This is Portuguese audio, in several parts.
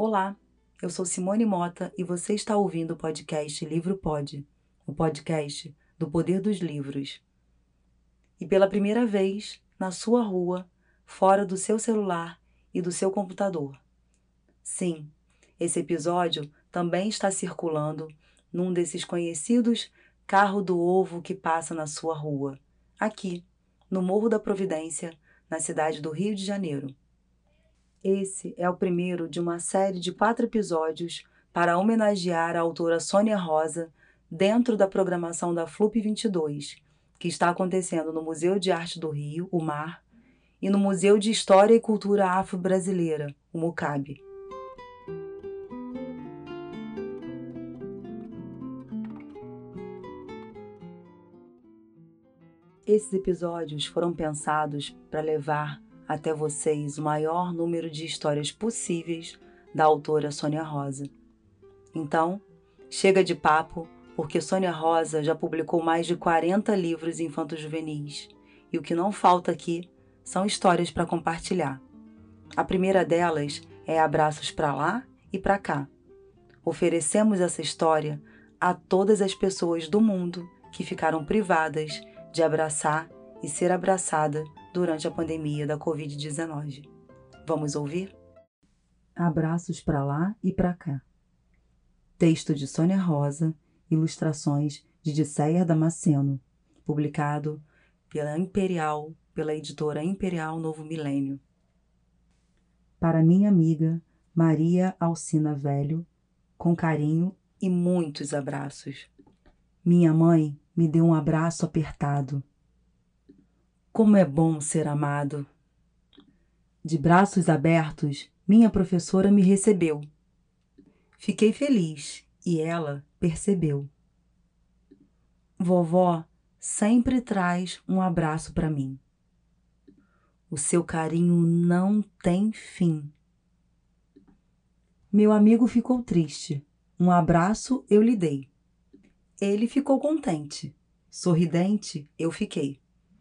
Olá, eu sou Simone Mota e você está ouvindo o podcast Livro Pode, o podcast do poder dos livros. E pela primeira vez, na sua rua, fora do seu celular e do seu computador. Sim, esse episódio também está circulando num desses conhecidos carro do ovo que passa na sua rua, aqui, no Morro da Providência, na cidade do Rio de Janeiro. Esse é o primeiro de uma série de 4 episódios para homenagear a autora Sônia Rosa dentro da programação da FLUP 22, que está acontecendo no Museu de Arte do Rio, o MAR, e no Museu de História e Cultura Afro-Brasileira, o MUCAB. Esses episódios foram pensados para levar até vocês o maior número de histórias possíveis da autora Sônia Rosa. Então, chega de papo, porque Sônia Rosa já publicou mais de 40 livros infanto-juvenis, e o que não falta aqui são histórias para compartilhar. A primeira delas é Abraços para lá e para cá. Oferecemos essa história a todas as pessoas do mundo que ficaram privadas de abraçar e ser abraçada durante a pandemia da Covid-19. Vamos ouvir? Abraços para lá e para cá. Texto de Sônia Rosa, ilustrações de Dicéia Damasceno, publicado pela editora Imperial Novo Milênio. Para minha amiga Maria Alcina Velho, com carinho e muitos abraços. Minha mãe me deu um abraço apertado. Como é bom ser amado! De braços abertos, minha professora me recebeu. Fiquei feliz e ela percebeu. Vovó sempre traz um abraço para mim. O seu carinho não tem fim. Meu amigo ficou triste. Um abraço eu lhe dei. Ele ficou contente. Sorridente eu fiquei.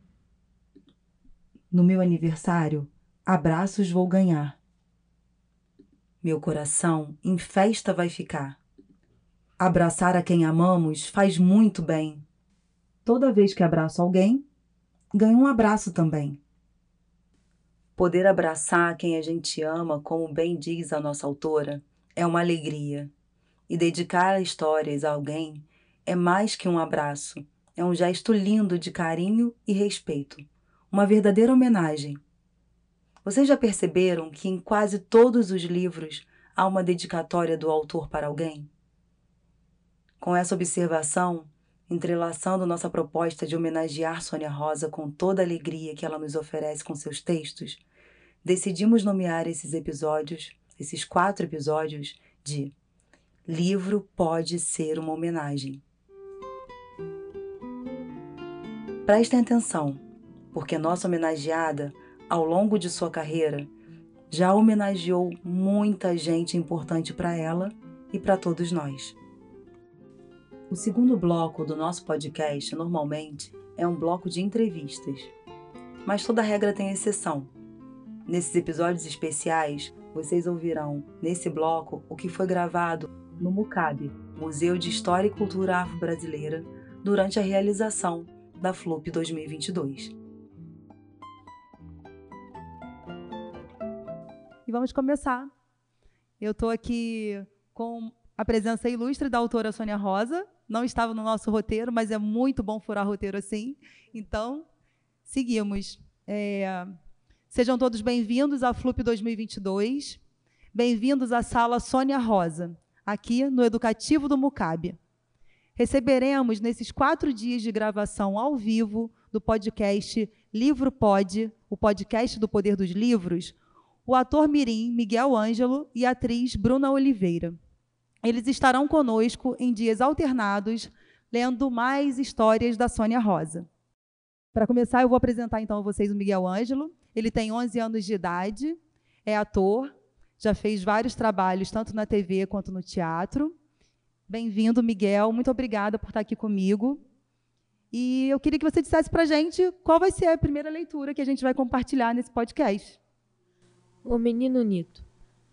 No meu aniversário, abraços vou ganhar. Meu coração em festa vai ficar. Abraçar a quem amamos faz muito bem. Toda vez que abraço alguém, ganho um abraço também. Poder abraçar quem a gente ama, como bem diz a nossa autora, é uma alegria. E dedicar histórias a alguém é mais que um abraço, é um gesto lindo de carinho e respeito. Uma verdadeira homenagem. Vocês já perceberam que em quase todos os livros há uma dedicatória do autor para alguém? Com essa observação, entrelaçando nossa proposta de homenagear Sônia Rosa com toda a alegria que ela nos oferece com seus textos, decidimos nomear esses 4 episódios, de Livro Pode Ser uma Homenagem. Prestem atenção, porque nossa homenageada, ao longo de sua carreira, já homenageou muita gente importante para ela e para todos nós. O segundo bloco do nosso podcast, normalmente, é um bloco de entrevistas. Mas toda regra tem exceção. Nesses episódios especiais, vocês ouvirão, nesse bloco, o que foi gravado no MUCAB, Museu de História e Cultura Afro-Brasileira, durante a realização da FLUP 2022. E vamos começar. Eu estou aqui com a presença ilustre da autora Sônia Rosa. Não estava no nosso roteiro, mas é muito bom furar roteiro assim. Então, seguimos. Sejam todos bem-vindos à FLUP 2022. Bem-vindos à sala Sônia Rosa, aqui no Educativo do MUCAB. Receberemos, nesses 4 dias de gravação ao vivo do podcast Livro Pode, o podcast do poder dos livros, o ator mirim Miguel Ângelo e a atriz Bruna Oliveira. Eles estarão conosco em dias alternados, lendo mais histórias da Sônia Rosa. Para começar, eu vou apresentar então a vocês o Miguel Ângelo. Ele tem 11 anos de idade, é ator, já fez vários trabalhos, tanto na TV quanto no teatro. Bem-vindo, Miguel. Muito obrigada por estar aqui comigo. E eu queria que você dissesse para a gente qual vai ser a primeira leitura que a gente vai compartilhar nesse podcast. O Menino Nito.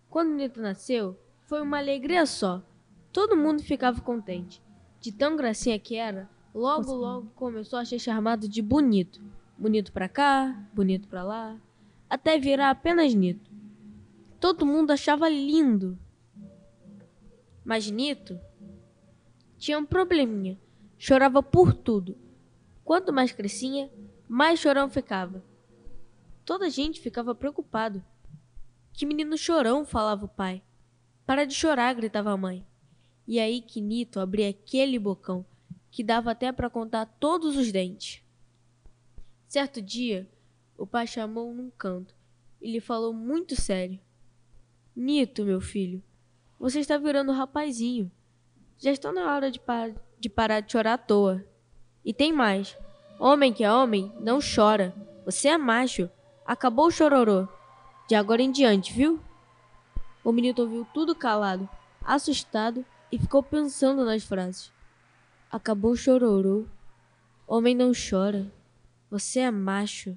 Quando Nito nasceu, foi uma alegria só. Todo mundo ficava contente. De tão gracinha que era, logo começou a ser chamado de Bonito. Bonito pra cá, bonito pra lá, até virar apenas Nito. Todo mundo achava lindo. Mas Nito tinha um probleminha. Chorava por tudo. Quanto mais crescia, mais chorão ficava. Toda a gente ficava preocupado. Que menino chorão, falava o pai. Para de chorar, gritava a mãe. E aí que Nito abria aquele bocão, que dava até para contar todos os dentes. Certo dia, o pai chamou-o num canto e lhe falou muito sério. Nito, meu filho, você está virando rapazinho. Já está na hora de parar de chorar à toa. E tem mais. Homem que é homem, não chora. Você é macho. Acabou o chororô. De agora em diante, viu? O menino ouviu tudo calado, assustado, e ficou pensando nas frases. Acabou o chororô. Homem não chora. Você é macho.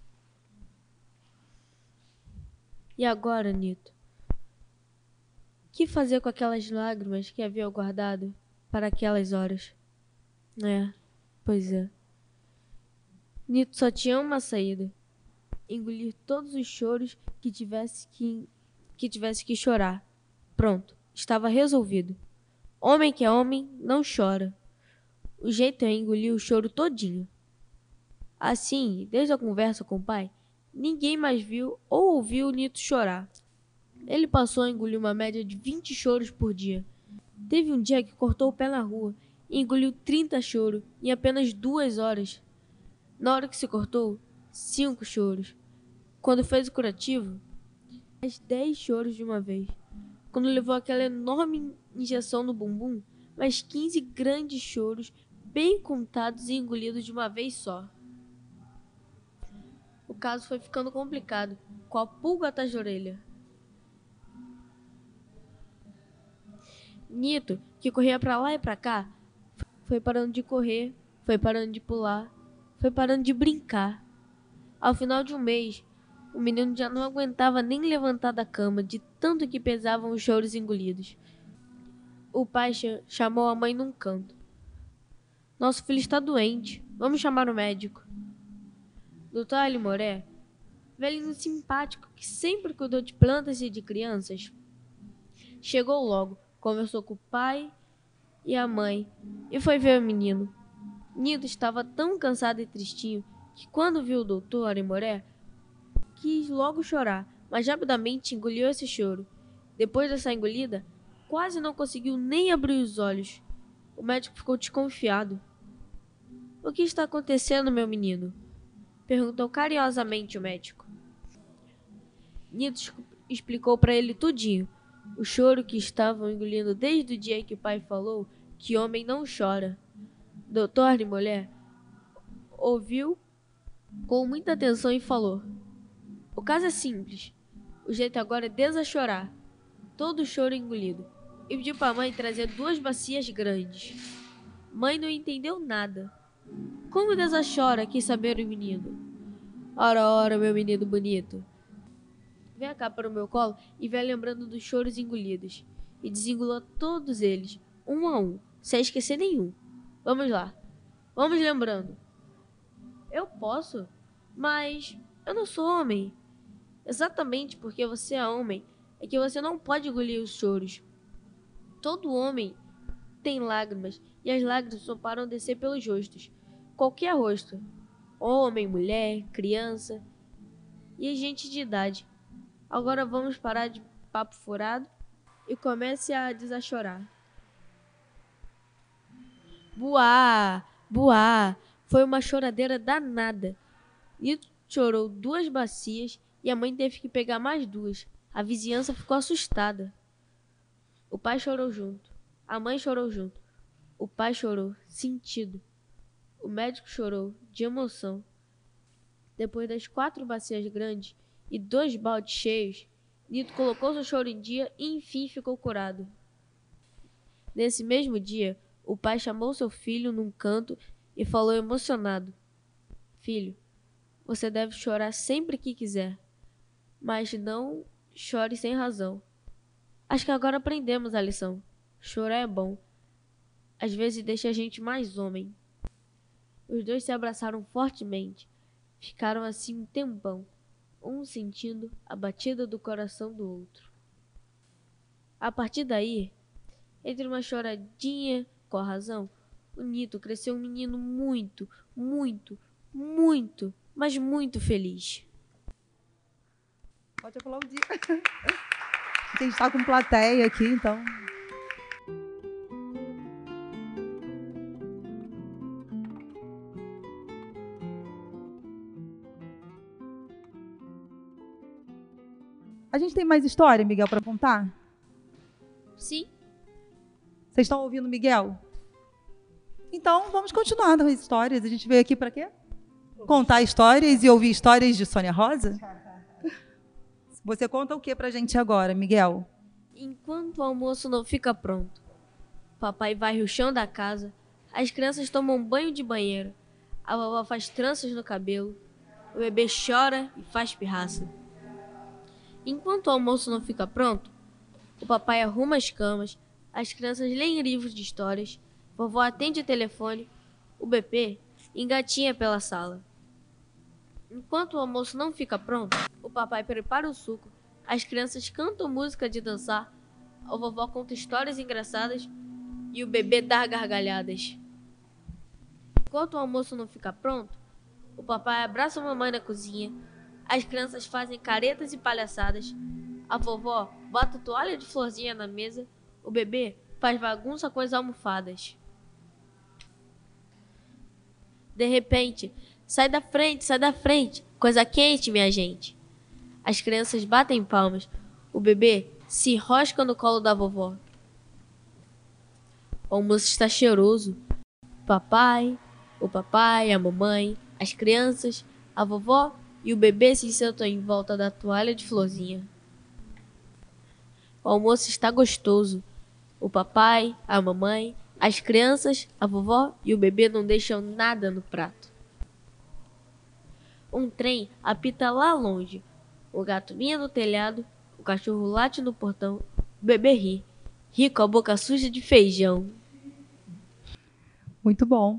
E agora, Nito? Que fazer com aquelas lágrimas que havia guardado para aquelas horas? Pois é. Nito só tinha uma saída. Engolir todos os choros que tivesse que chorar. Pronto, estava resolvido. Homem que é homem, não chora. O jeito é engolir o choro todinho. Assim, desde a conversa com o pai, ninguém mais viu ou ouviu Nito chorar. Ele passou a engolir uma média de 20 choros por dia. Teve um dia que cortou o pé na rua e engoliu 30 choros em apenas 2 horas. Na hora que se cortou, 5 choros. Quando fez o curativo, mais 10 choros de uma vez. Quando levou aquela enorme injeção no bumbum, mais 15 grandes choros, bem contados e engolidos de uma vez só. O caso foi ficando complicado, com a pulga atrás da orelha. Nito, que corria pra lá e pra cá, foi parando de correr, foi parando de pular, foi parando de brincar. Ao final de um mês, o menino já não aguentava nem levantar da cama de tanto que pesavam os choros engolidos. O pai chamou a mãe num canto. Nosso filho está doente, vamos chamar o médico. Doutor Alimoré, velhinho simpático que sempre cuidou de plantas e de crianças, chegou logo, conversou com o pai e a mãe e foi ver o menino. Nito estava tão cansado e tristinho que quando viu o doutor Alimoré, quis logo chorar, mas rapidamente engoliu esse choro. Depois dessa engolida, quase não conseguiu nem abrir os olhos. O médico ficou desconfiado. O que está acontecendo, meu menino? Perguntou carinhosamente o médico. Nito explicou para ele tudinho. O choro que estavam engolindo desde o dia em que o pai falou que homem não chora. Doutor e mulher ouviu com muita atenção e falou: o caso é simples. O jeito agora é desachorar. Todo o choro engolido. E pediu para a mãe trazer 2 bacias grandes. Mãe não entendeu nada. Como desachora, quis saber o menino. Ora, meu menino bonito. Vem cá para o meu colo e vai lembrando dos choros engolidos. E desengolou todos eles, um a um, sem esquecer nenhum. Vamos lá. Vamos lembrando. Eu posso, mas eu não sou homem. Exatamente porque você é homem, é que você não pode engolir os choros. Todo homem tem lágrimas, e as lágrimas só param de descer pelos rostos. Qualquer rosto. Homem, mulher, criança e gente de idade. Agora vamos parar de papo furado e comece a desachorar. Buá! Buá! Foi uma choradeira danada. Nito chorou 2 bacias e a mãe teve que pegar mais 2. A vizinhança ficou assustada. O pai chorou junto. A mãe chorou junto. O pai chorou, sentido. O médico chorou, de emoção. Depois das 4 bacias grandes e 2 baldes cheios, Nito colocou seu choro em dia e enfim ficou curado. Nesse mesmo dia, o pai chamou seu filho num canto e falou emocionado: Filho, você deve chorar sempre que quiser, mas não chore sem razão. Acho que agora aprendemos a lição. Chorar é bom. Às vezes deixa a gente mais homem. Os dois se abraçaram fortemente. Ficaram assim um tempão, um sentindo a batida do coração do outro. A partir daí, entre uma choradinha com a razão, o Nito cresceu um menino muito, muito, muito, mas muito feliz. Pode aplaudir. A gente tá com plateia aqui, então. A gente tem mais história, Miguel, para contar? Sim. Vocês estão ouvindo, Miguel? Então, vamos continuar nas histórias. A gente veio aqui para quê? Contar histórias e ouvir histórias de Sônia Rosa? Você conta o que pra gente agora, Miguel? Enquanto o almoço não fica pronto, papai varre o chão da casa, as crianças tomam banho de banheiro, a vovó faz tranças no cabelo, o bebê chora e faz pirraça. Enquanto o almoço não fica pronto, o papai arruma as camas, as crianças leem livros de histórias, vovó atende o telefone, o bebê engatinha pela sala. Enquanto o almoço não fica pronto, o papai prepara o suco, as crianças cantam música de dançar, a vovó conta histórias engraçadas e o bebê dá gargalhadas. Enquanto o almoço não fica pronto, o papai abraça a mamãe na cozinha, as crianças fazem caretas e palhaçadas, a vovó bota toalha de florzinha na mesa, o bebê faz bagunça com as almofadas. De repente, sai da frente, coisa quente, minha gente. As crianças batem palmas, o bebê se enrosca no colo da vovó. O almoço está cheiroso. O papai, a mamãe, as crianças, a vovó e o bebê se sentam em volta da toalha de florzinha. O almoço está gostoso. O papai, a mamãe, as crianças, a vovó e o bebê não deixam nada no prato. Um trem apita lá longe. O gato vinha no telhado, o cachorro late no portão, o bebê ri com a boca suja de feijão. Muito bom.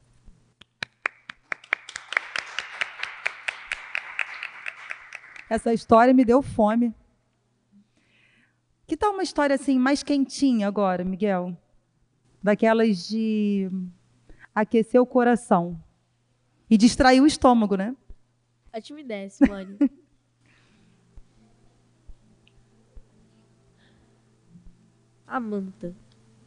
Essa história me deu fome. Que tal uma história assim mais quentinha agora, Miguel? Daquelas de aquecer o coração e distrair o estômago, né? Ótima ideia, Simone. Amanta.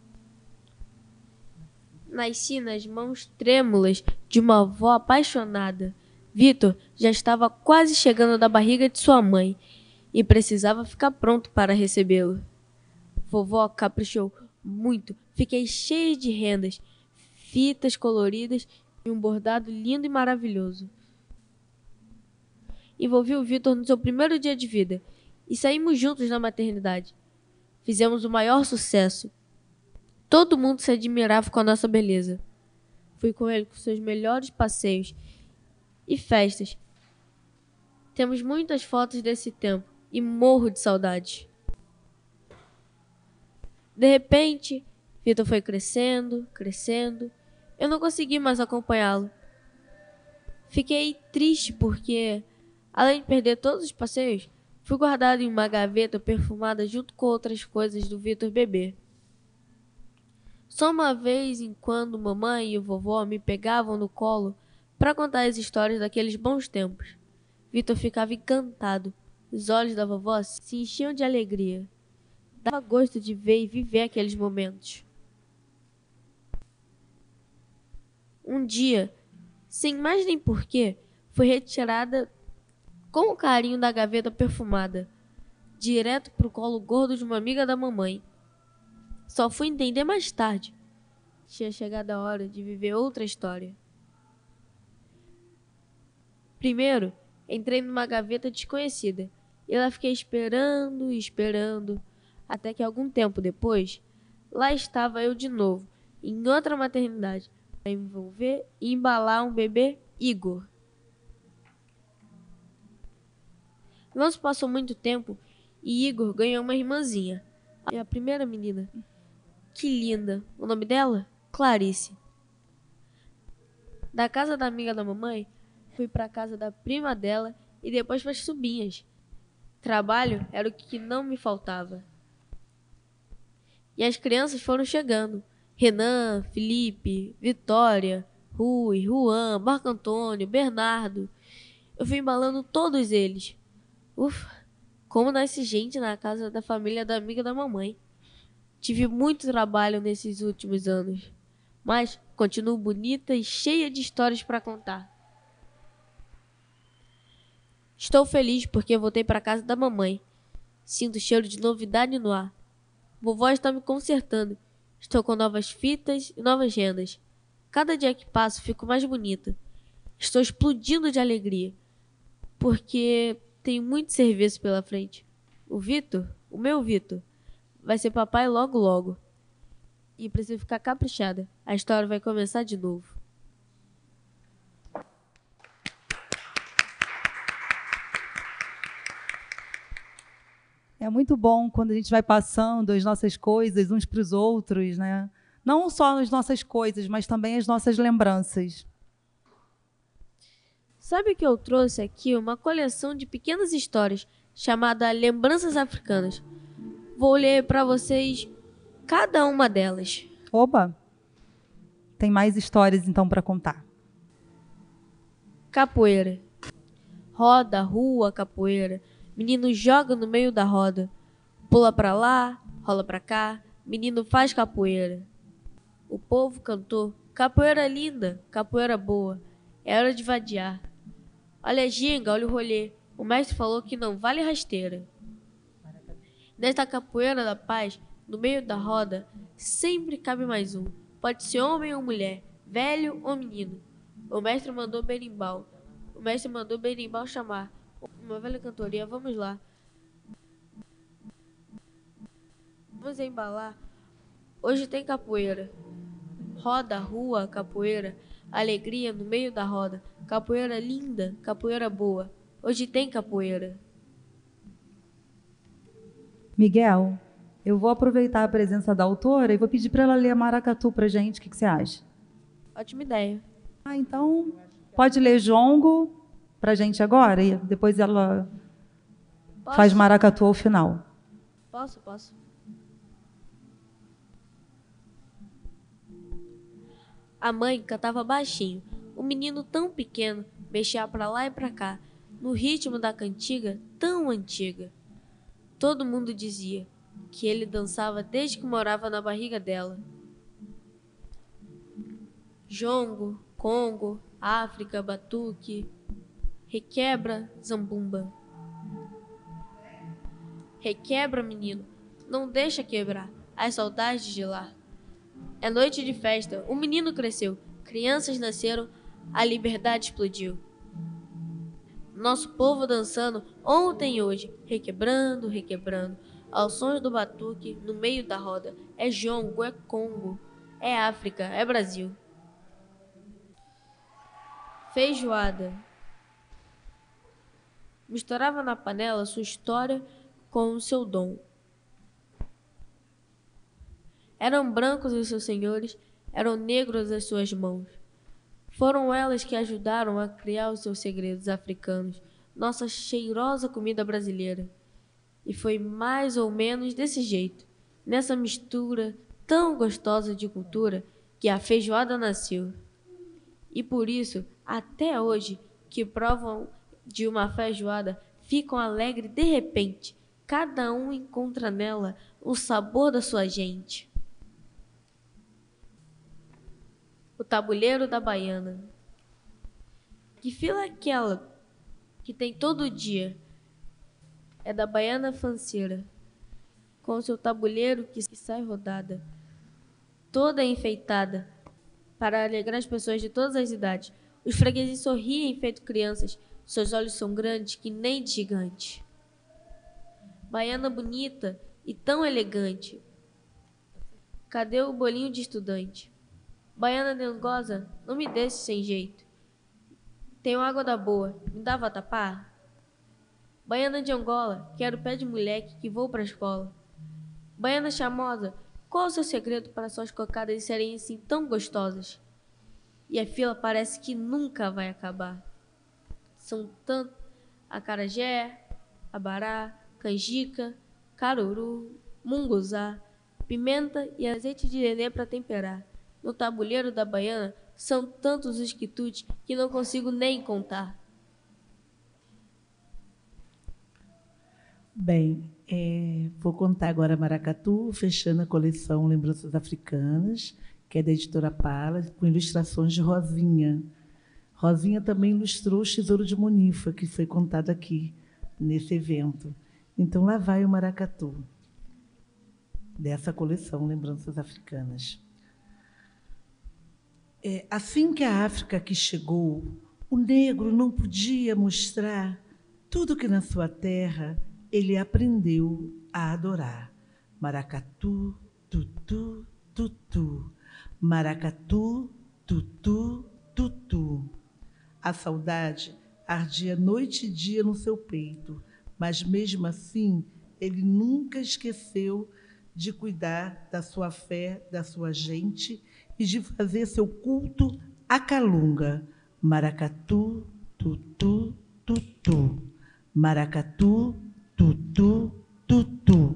Nasci nas mãos trêmulas de uma avó apaixonada. Vitor já estava quase chegando da barriga de sua mãe e precisava ficar pronto para recebê-lo. Vovó caprichou muito, fiquei cheia de rendas, fitas coloridas e um bordado lindo e maravilhoso. Envolvi o Vitor no seu primeiro dia de vida e saímos juntos na maternidade. Fizemos o maior sucesso. Todo mundo se admirava com a nossa beleza. Fui com ele com seus melhores passeios e festas. Temos muitas fotos desse tempo e morro de saudade. De repente, Vitor foi crescendo. Eu não consegui mais acompanhá-lo. Fiquei triste porque, além de perder todos os passeios, fui guardado em uma gaveta perfumada junto com outras coisas do Vitor bebê. Só uma vez em quando mamãe e o vovó me pegavam no colo para contar as histórias daqueles bons tempos. Vitor ficava encantado. Os olhos da vovó se enchiam de alegria. Dava gosto de ver e viver aqueles momentos. Um dia, sem mais nem porquê, fui retirada com o carinho da gaveta perfumada, direto pro colo gordo de uma amiga da mamãe. Só fui entender mais tarde. Tinha chegado a hora de viver outra história. Primeiro, entrei numa gaveta desconhecida e lá fiquei esperando, até que algum tempo depois, lá estava eu de novo, em outra maternidade, para envolver e embalar um bebê Igor. Não se passou muito tempo e Igor ganhou uma irmãzinha. a primeira menina. Que linda. O nome dela? Clarice. Da casa da amiga da mamãe, fui para a casa da prima dela e depois para as sobrinhas. Trabalho era o que não me faltava. E as crianças foram chegando. Renan, Felipe, Vitória, Rui, Juan, Marco Antônio, Bernardo. Eu fui embalando todos eles. Ufa, como nasce gente na casa da família da amiga da mamãe. Tive muito trabalho nesses últimos anos, mas continuo bonita e cheia de histórias para contar. Estou feliz porque voltei para casa da mamãe. Sinto cheiro de novidade no ar. Vovó está me consertando. Estou com novas fitas e novas rendas. Cada dia que passo fico mais bonita. Estou explodindo de alegria, porque tenho muito serviço pela frente. O Vitor, o meu Vitor, vai ser papai logo logo. E preciso ficar caprichada. A história vai começar de novo. É muito bom quando a gente vai passando as nossas coisas uns para os outros, né? Não só as nossas coisas, mas também as nossas lembranças. Sabe que eu trouxe aqui uma coleção de pequenas histórias chamada Lembranças Africanas. Vou ler para vocês cada uma delas. Oba! Tem mais histórias então para contar. Capoeira. Roda, rua, capoeira. Menino joga no meio da roda. Pula pra lá, rola pra cá. Menino faz capoeira. O povo cantou. Capoeira linda, capoeira boa. É hora de vadiar. Olha a ginga, olha o rolê. O mestre falou que não vale rasteira. Nesta capoeira da paz, no meio da roda, sempre cabe mais um. Pode ser homem ou mulher, velho ou menino. O mestre mandou berimbau. O mestre mandou berimbau chamar. Uma velha cantoria, vamos lá. Vamos embalar. Hoje tem capoeira. Roda, rua, capoeira. Alegria no meio da roda. Capoeira linda, capoeira boa. Hoje tem capoeira. Miguel, eu vou aproveitar a presença da autora e vou pedir para ela ler Maracatu para a gente. O que você acha? Ótima ideia. Então, pode ler Jongo para a gente agora e depois ela faz Maracatu ao final. Posso. A mãe cantava baixinho. O menino tão pequeno mexia pra lá e pra cá, no ritmo da cantiga tão antiga. Todo mundo dizia que ele dançava desde que morava na barriga dela. Jongo, Congo, África, batuque, requebra, zambumba. Requebra, menino, não deixa quebrar as saudades de lá. É noite de festa, o menino cresceu, crianças nasceram, a liberdade explodiu. Nosso povo dançando ontem e hoje, requebrando, requebrando, aos sons do batuque no meio da roda. É jongo, é Congo, é África, é Brasil. Feijoada. Misturava na panela sua história com o seu dom. Eram brancos os seus senhores, eram negros as suas mãos. Foram elas que ajudaram a criar os seus segredos africanos, nossa cheirosa comida brasileira. E foi mais ou menos desse jeito, nessa mistura tão gostosa de cultura, que a feijoada nasceu. E por isso, até hoje, que provam de uma feijoada, ficam alegres de repente. Cada um encontra nela o sabor da sua gente. O tabuleiro da baiana. Que fila é aquela que tem todo dia? É da baiana fanceira, com o seu tabuleiro que sai rodada, toda enfeitada, para alegrar as pessoas de todas as idades. Os fregueses sorriem feito crianças, seus olhos são grandes que nem de gigante. Baiana bonita e tão elegante, cadê o bolinho de estudante? Baiana dengosa, não me deixe sem jeito. Tenho água da boa, me dá vatapá? Baiana de Angola, quero pé de moleque que vou pra escola. Baiana charmosa, qual o seu segredo para suas cocadas serem assim tão gostosas? E a fila parece que nunca vai acabar. São tanto acarajé, abará, canjica, caruru, munguzá, pimenta e azeite de dendê para temperar. No tabuleiro da baiana são tantos os quitutes que não consigo nem contar. Bem, vou contar agora Maracatu, fechando a coleção Lembranças Africanas, que é da editora Pala, com ilustrações de Rosinha. Rosinha também ilustrou o Tesouro de Munifa, que foi contado aqui nesse evento. Então, lá vai o Maracatu, dessa coleção Lembranças Africanas. Assim que a África aqui chegou, o negro não podia mostrar tudo que na sua terra ele aprendeu a adorar. Maracatu, tutu, tutu. Maracatu, tutu, tutu. A saudade ardia noite e dia no seu peito, mas mesmo assim ele nunca esqueceu de cuidar da sua fé, da sua gente e de fazer seu culto à calunga. Maracatu, tutu, tutu. Maracatu, tutu, tutu.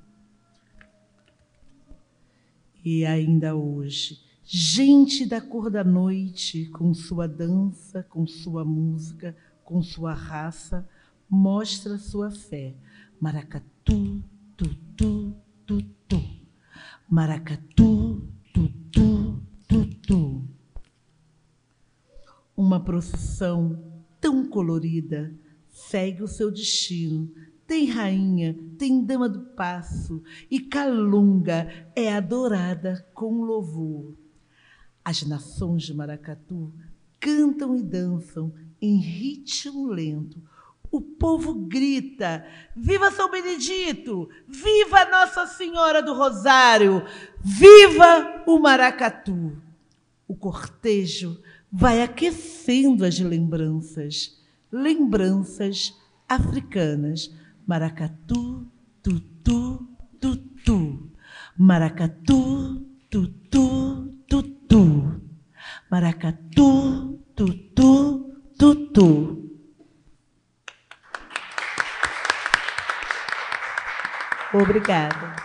E ainda hoje, gente da cor da noite, com sua dança, com sua música, com sua raça, mostra sua fé. Maracatu, tutu, tutu. Maracatu, tutu, tutu. Uma procissão tão colorida segue o seu destino. Tem rainha, tem dama do passo, e calunga é adorada com louvor. As nações de Maracatu cantam e dançam em ritmo lento. O povo grita: viva São Benedito! Viva Nossa Senhora do Rosário! Viva o Maracatu! O cortejo vai aquecendo as lembranças, lembranças africanas. Maracatu, tutu, tutu. Maracatu, tutu, tutu. Maracatu, tutu, tutu. Obrigada.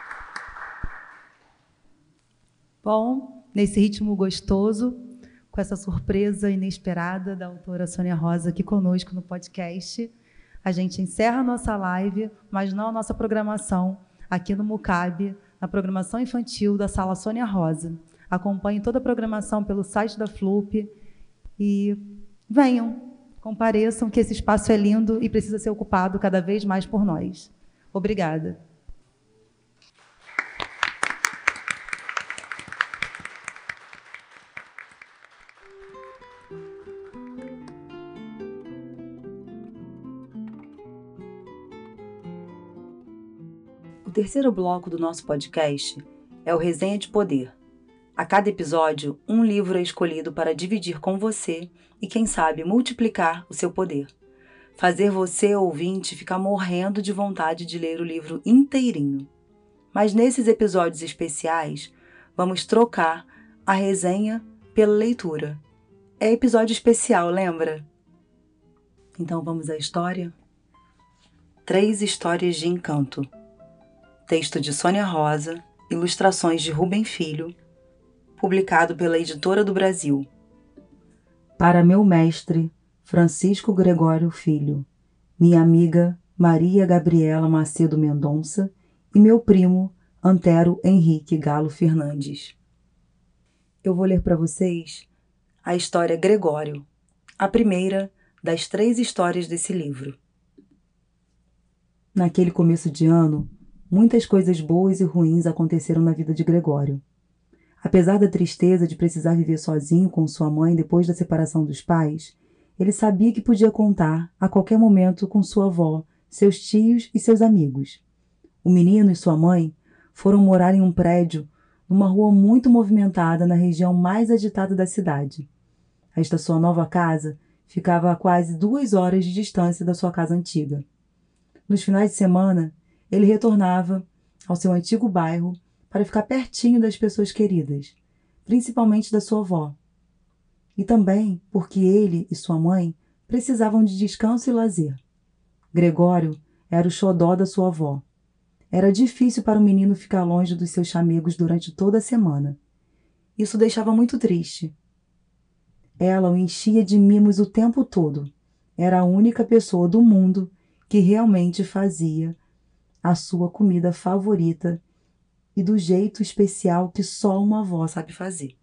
Bom, nesse ritmo gostoso, com essa surpresa inesperada da autora Sônia Rosa aqui conosco no podcast, a gente encerra a nossa live, mas não a nossa programação, aqui no MUCAB, na programação infantil da Sala Sônia Rosa. Acompanhem toda a programação pelo site da FLUP e venham, compareçam, que esse espaço é lindo e precisa ser ocupado cada vez mais por nós. Obrigada. O terceiro bloco do nosso podcast é o Resenha de Poder. A cada episódio, um livro é escolhido para dividir com você e, quem sabe, multiplicar o seu poder. Fazer você, ouvinte, ficar morrendo de vontade de ler o livro inteirinho. Mas nesses episódios especiais, vamos trocar a resenha pela leitura. É episódio especial, lembra? Então vamos à história? 3 Histórias de Encanto. Texto de Sônia Rosa, ilustrações de Rubem Filho, publicado pela Editora do Brasil. Para meu mestre, Francisco Gregório Filho, minha amiga Maria Gabriela Macedo Mendonça e meu primo Antero Henrique Galo Fernandes. Eu vou ler para vocês a história Gregório, a primeira das 3 histórias desse livro. Naquele começo de ano, muitas coisas boas e ruins aconteceram na vida de Gregório. Apesar da tristeza de precisar viver sozinho com sua mãe depois da separação dos pais, ele sabia que podia contar a qualquer momento com sua avó, seus tios e seus amigos. O menino e sua mãe foram morar em um prédio numa rua muito movimentada na região mais agitada da cidade. Esta sua nova casa ficava a quase 2 horas de distância da sua casa antiga. Nos finais de semana, ele retornava ao seu antigo bairro para ficar pertinho das pessoas queridas, principalmente da sua avó. E também porque ele e sua mãe precisavam de descanso e lazer. Gregório era o xodó da sua avó. Era difícil para o menino ficar longe dos seus chamegos durante toda a semana. Isso o deixava muito triste. Ela o enchia de mimos o tempo todo. Era a única pessoa do mundo que realmente fazia a sua comida favorita e do jeito especial que só uma avó sabe fazer.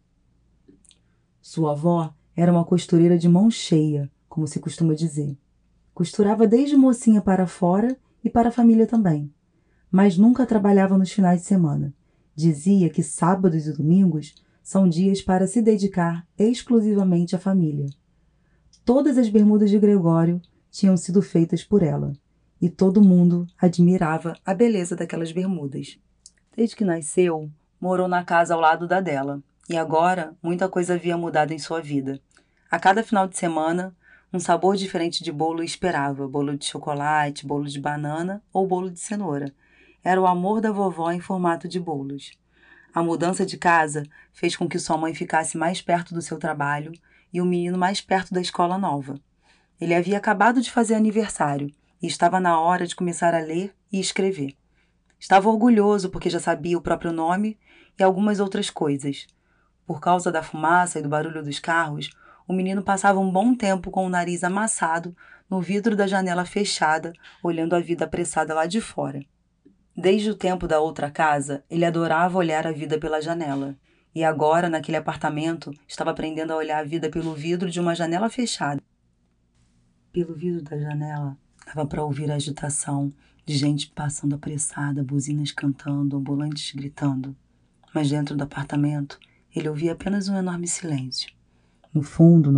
Sua avó era uma costureira de mão cheia, como se costuma dizer. Costurava desde mocinha para fora e para a família também, mas nunca trabalhava nos finais de semana. Dizia que sábados e domingos são dias para se dedicar exclusivamente à família. Todas as bermudas de Gregório tinham sido feitas por ela, e todo mundo admirava a beleza daquelas bermudas. Desde que nasceu, morou na casa ao lado da dela, e agora muita coisa havia mudado em sua vida. A cada final de semana, um sabor diferente de bolo esperava: bolo de chocolate, bolo de banana ou bolo de cenoura. Era o amor da vovó em formato de bolos. A mudança de casa fez com que sua mãe ficasse mais perto do seu trabalho e o menino mais perto da escola nova. Ele havia acabado de fazer aniversário e estava na hora de começar a ler e escrever. Estava orgulhoso porque já sabia o próprio nome e algumas outras coisas. Por causa da fumaça e do barulho dos carros, o menino passava um bom tempo com o nariz amassado no vidro da janela fechada, olhando a vida apressada lá de fora. Desde o tempo da outra casa, ele adorava olhar a vida pela janela. E agora, naquele apartamento, estava aprendendo a olhar a vida pelo vidro de uma janela fechada. Pelo vidro da janela, dava para ouvir a agitação de gente passando apressada, buzinas cantando, ambulantes gritando. Mas dentro do apartamento, ele ouvia apenas um enorme silêncio. No fundo,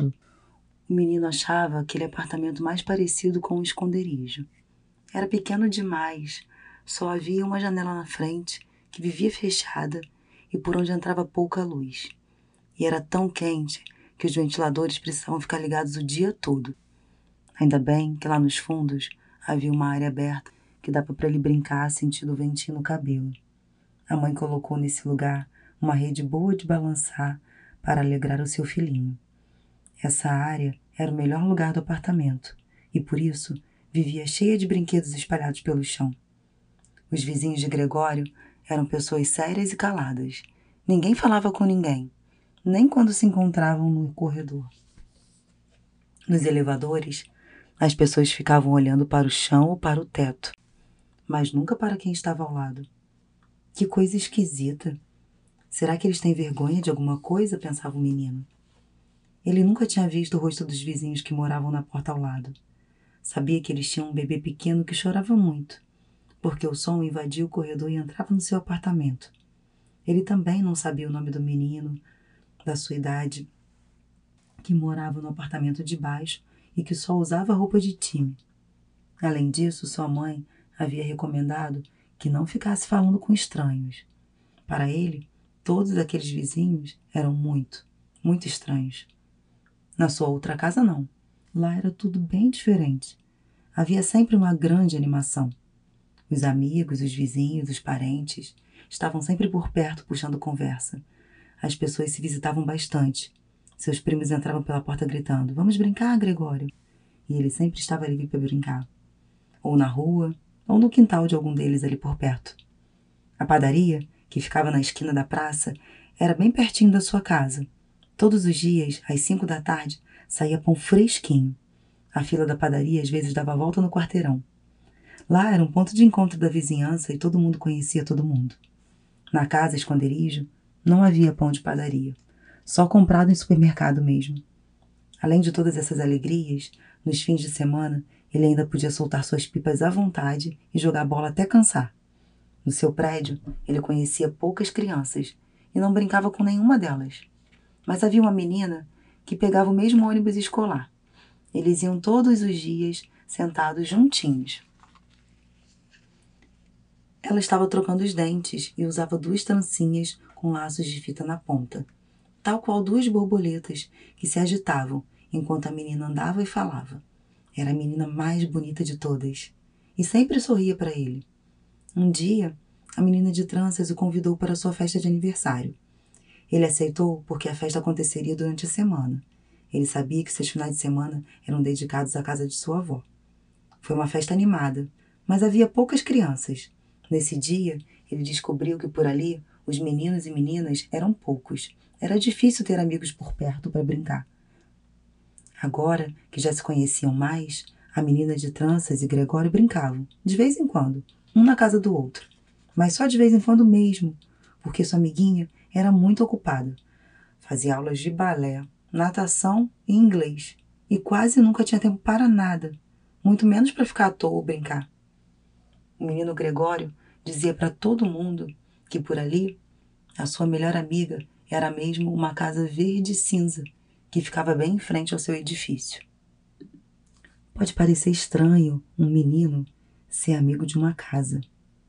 o menino achava aquele apartamento mais parecido com um esconderijo. Era pequeno demais. Só havia uma janela na frente, que vivia fechada e por onde entrava pouca luz. E era tão quente que os ventiladores precisavam ficar ligados o dia todo. Ainda bem que lá nos fundos havia uma área aberta que dava para ele brincar sentindo o ventinho no cabelo. A mãe colocou nesse lugar uma rede boa de balançar para alegrar o seu filhinho. Essa área era o melhor lugar do apartamento e, por isso, vivia cheia de brinquedos espalhados pelo chão. Os vizinhos de Gregório eram pessoas sérias e caladas. Ninguém falava com ninguém, nem quando se encontravam no corredor. Nos elevadores, as pessoas ficavam olhando para o chão ou para o teto, mas nunca para quem estava ao lado. Que coisa esquisita! Será que eles têm vergonha de alguma coisa? Pensava o menino. Ele nunca tinha visto o rosto dos vizinhos que moravam na porta ao lado. Sabia que eles tinham um bebê pequeno que chorava muito, porque o som invadia o corredor e entrava no seu apartamento. Ele também não sabia o nome do menino, da sua idade, que morava no apartamento de baixo e que só usava roupa de time. Além disso, sua mãe havia recomendado que não ficasse falando com estranhos. Para ele, todos aqueles vizinhos eram muito, muito estranhos. Na sua outra casa, não. Lá era tudo bem diferente. Havia sempre uma grande animação. Os amigos, os vizinhos, os parentes estavam sempre por perto puxando conversa. As pessoas se visitavam bastante. Seus primos entravam pela porta gritando: "Vamos brincar, Gregório?" E ele sempre estava livre para brincar. Ou na rua, ou no quintal de algum deles ali por perto. A padaria, que ficava na esquina da praça, era bem pertinho da sua casa. Todos os dias, às 5 da tarde, saía pão fresquinho. A fila da padaria às vezes dava a volta no quarteirão. Lá era um ponto de encontro da vizinhança e todo mundo conhecia todo mundo. Na casa esconderijo, não havia pão de padaria, só comprado em supermercado mesmo. Além de todas essas alegrias, nos fins de semana, ele ainda podia soltar suas pipas à vontade e jogar bola até cansar. No seu prédio, ele conhecia poucas crianças e não brincava com nenhuma delas. Mas havia uma menina que pegava o mesmo ônibus escolar. Eles iam todos os dias sentados juntinhos. Ela estava trocando os dentes e usava 2 trancinhas com laços de fita na ponta, tal qual 2 borboletas que se agitavam enquanto a menina andava e falava. Era a menina mais bonita de todas e sempre sorria para ele. Um dia, a menina de tranças o convidou para sua festa de aniversário. Ele aceitou porque a festa aconteceria durante a semana. Ele sabia que seus finais de semana eram dedicados à casa de sua avó. Foi uma festa animada, mas havia poucas crianças. Nesse dia, ele descobriu que por ali os meninos e meninas eram poucos. Era difícil ter amigos por perto para brincar. Agora que já se conheciam mais, a menina de tranças e Gregório brincavam, de vez em quando, um na casa do outro. Mas só de vez em quando mesmo, porque sua amiguinha era muito ocupada. Fazia aulas de balé, natação e inglês, e quase nunca tinha tempo para nada, muito menos para ficar à toa ou brincar. O menino Gregório dizia para todo mundo que por ali a sua melhor amiga era mesmo uma casa verde cinza que ficava bem em frente ao seu edifício. Pode parecer estranho um menino ser amigo de uma casa,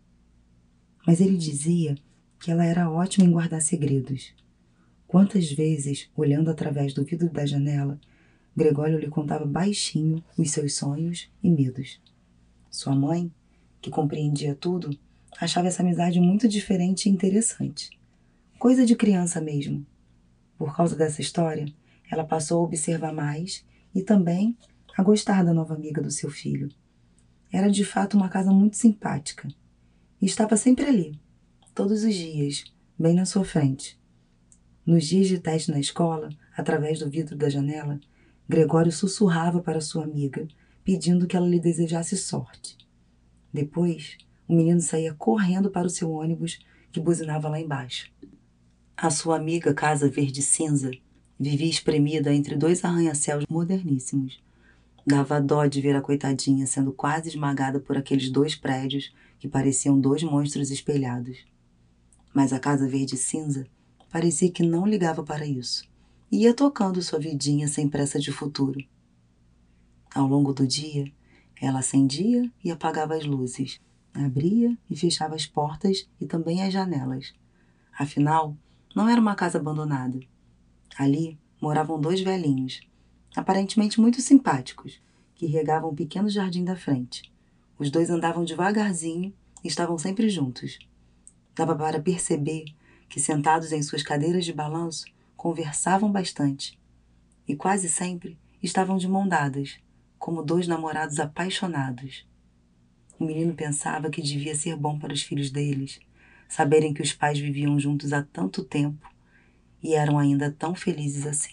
mas ele dizia que ela era ótima em guardar segredos. Quantas vezes, olhando através do vidro da janela, Gregório lhe contava baixinho os seus sonhos e medos. Sua mãe, que compreendia tudo, achava essa amizade muito diferente e interessante. Coisa de criança mesmo. Por causa dessa história, ela passou a observar mais e também a gostar da nova amiga do seu filho. Era de fato uma casa muito simpática. E estava sempre ali, todos os dias, bem na sua frente. Nos dias de teste na escola, através do vidro da janela, Gregório sussurrava para sua amiga, pedindo que ela lhe desejasse sorte. Depois, o menino saía correndo para o seu ônibus, que buzinava lá embaixo. A sua amiga casa verde-cinza vivia espremida entre dois arranha-céus moderníssimos. Dava dó de ver a coitadinha sendo quase esmagada por aqueles dois prédios que pareciam dois monstros espelhados. Mas a casa verde-cinza parecia que não ligava para isso. Ia tocando sua vidinha sem pressa de futuro. Ao longo do dia, ela acendia e apagava as luzes, abria e fechava as portas e também as janelas. Afinal, não era uma casa abandonada. Ali moravam dois velhinhos, aparentemente muito simpáticos, que regavam um pequeno jardim da frente. Os dois andavam devagarzinho e estavam sempre juntos. Dava para perceber que, sentados em suas cadeiras de balanço, conversavam bastante. E quase sempre estavam de mão dadas, como dois namorados apaixonados. O menino pensava que devia ser bom para os filhos deles, saberem que os pais viviam juntos há tanto tempo e eram ainda tão felizes assim.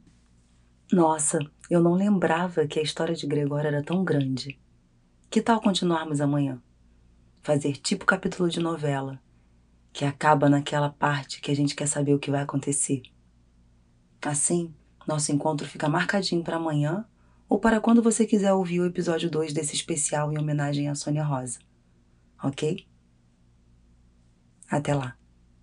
Nossa, eu não lembrava que a história de Gregório era tão grande. Que tal continuarmos amanhã? Fazer tipo capítulo de novela, que acaba naquela parte que a gente quer saber o que vai acontecer. Assim, nosso encontro fica marcadinho para amanhã ou para quando você quiser ouvir o episódio 2 desse especial em homenagem a Sônia Rosa. Ok? Até lá.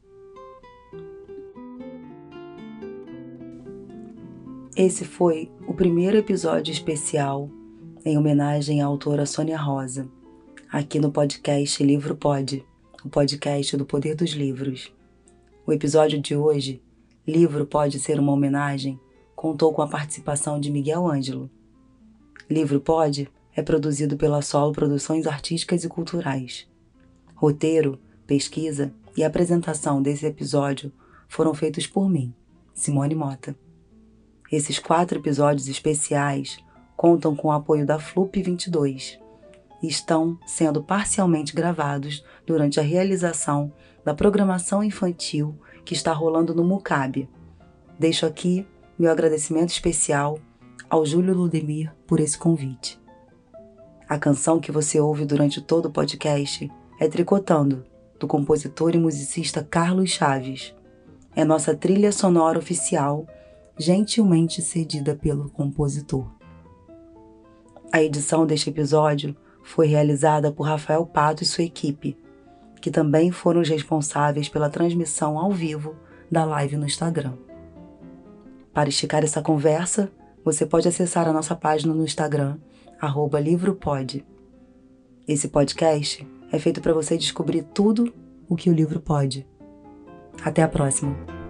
Esse foi o primeiro episódio especial em homenagem à autora Sônia Rosa, aqui no podcast Livro Pode, o podcast do Poder dos Livros. O episódio de hoje, Livro Pode Ser uma Homenagem, contou com a participação de Miguel Ângelo. Livro Pode é produzido pela Solo Produções Artísticas e Culturais. Roteiro, pesquisa e apresentação desse episódio foram feitos por mim, Simone Mota. Esses 4 episódios especiais contam com o apoio da FLUP 22 e estão sendo parcialmente gravados durante a realização da programação infantil que está rolando no Mucabe. Deixo aqui meu agradecimento especial ao Júlio Ludemir por esse convite. A canção que você ouve durante todo o podcast é Tricotando, do compositor e musicista Carlos Chaves. É nossa trilha sonora oficial, gentilmente cedida pelo compositor. A edição deste episódio foi realizada por Rafael Pato e sua equipe, que também foram os responsáveis pela transmissão ao vivo da live no Instagram. Para esticar essa conversa, você pode acessar a nossa página no Instagram, @livropod. Esse podcast é feito para você descobrir tudo o que o livro pode. Até a próxima!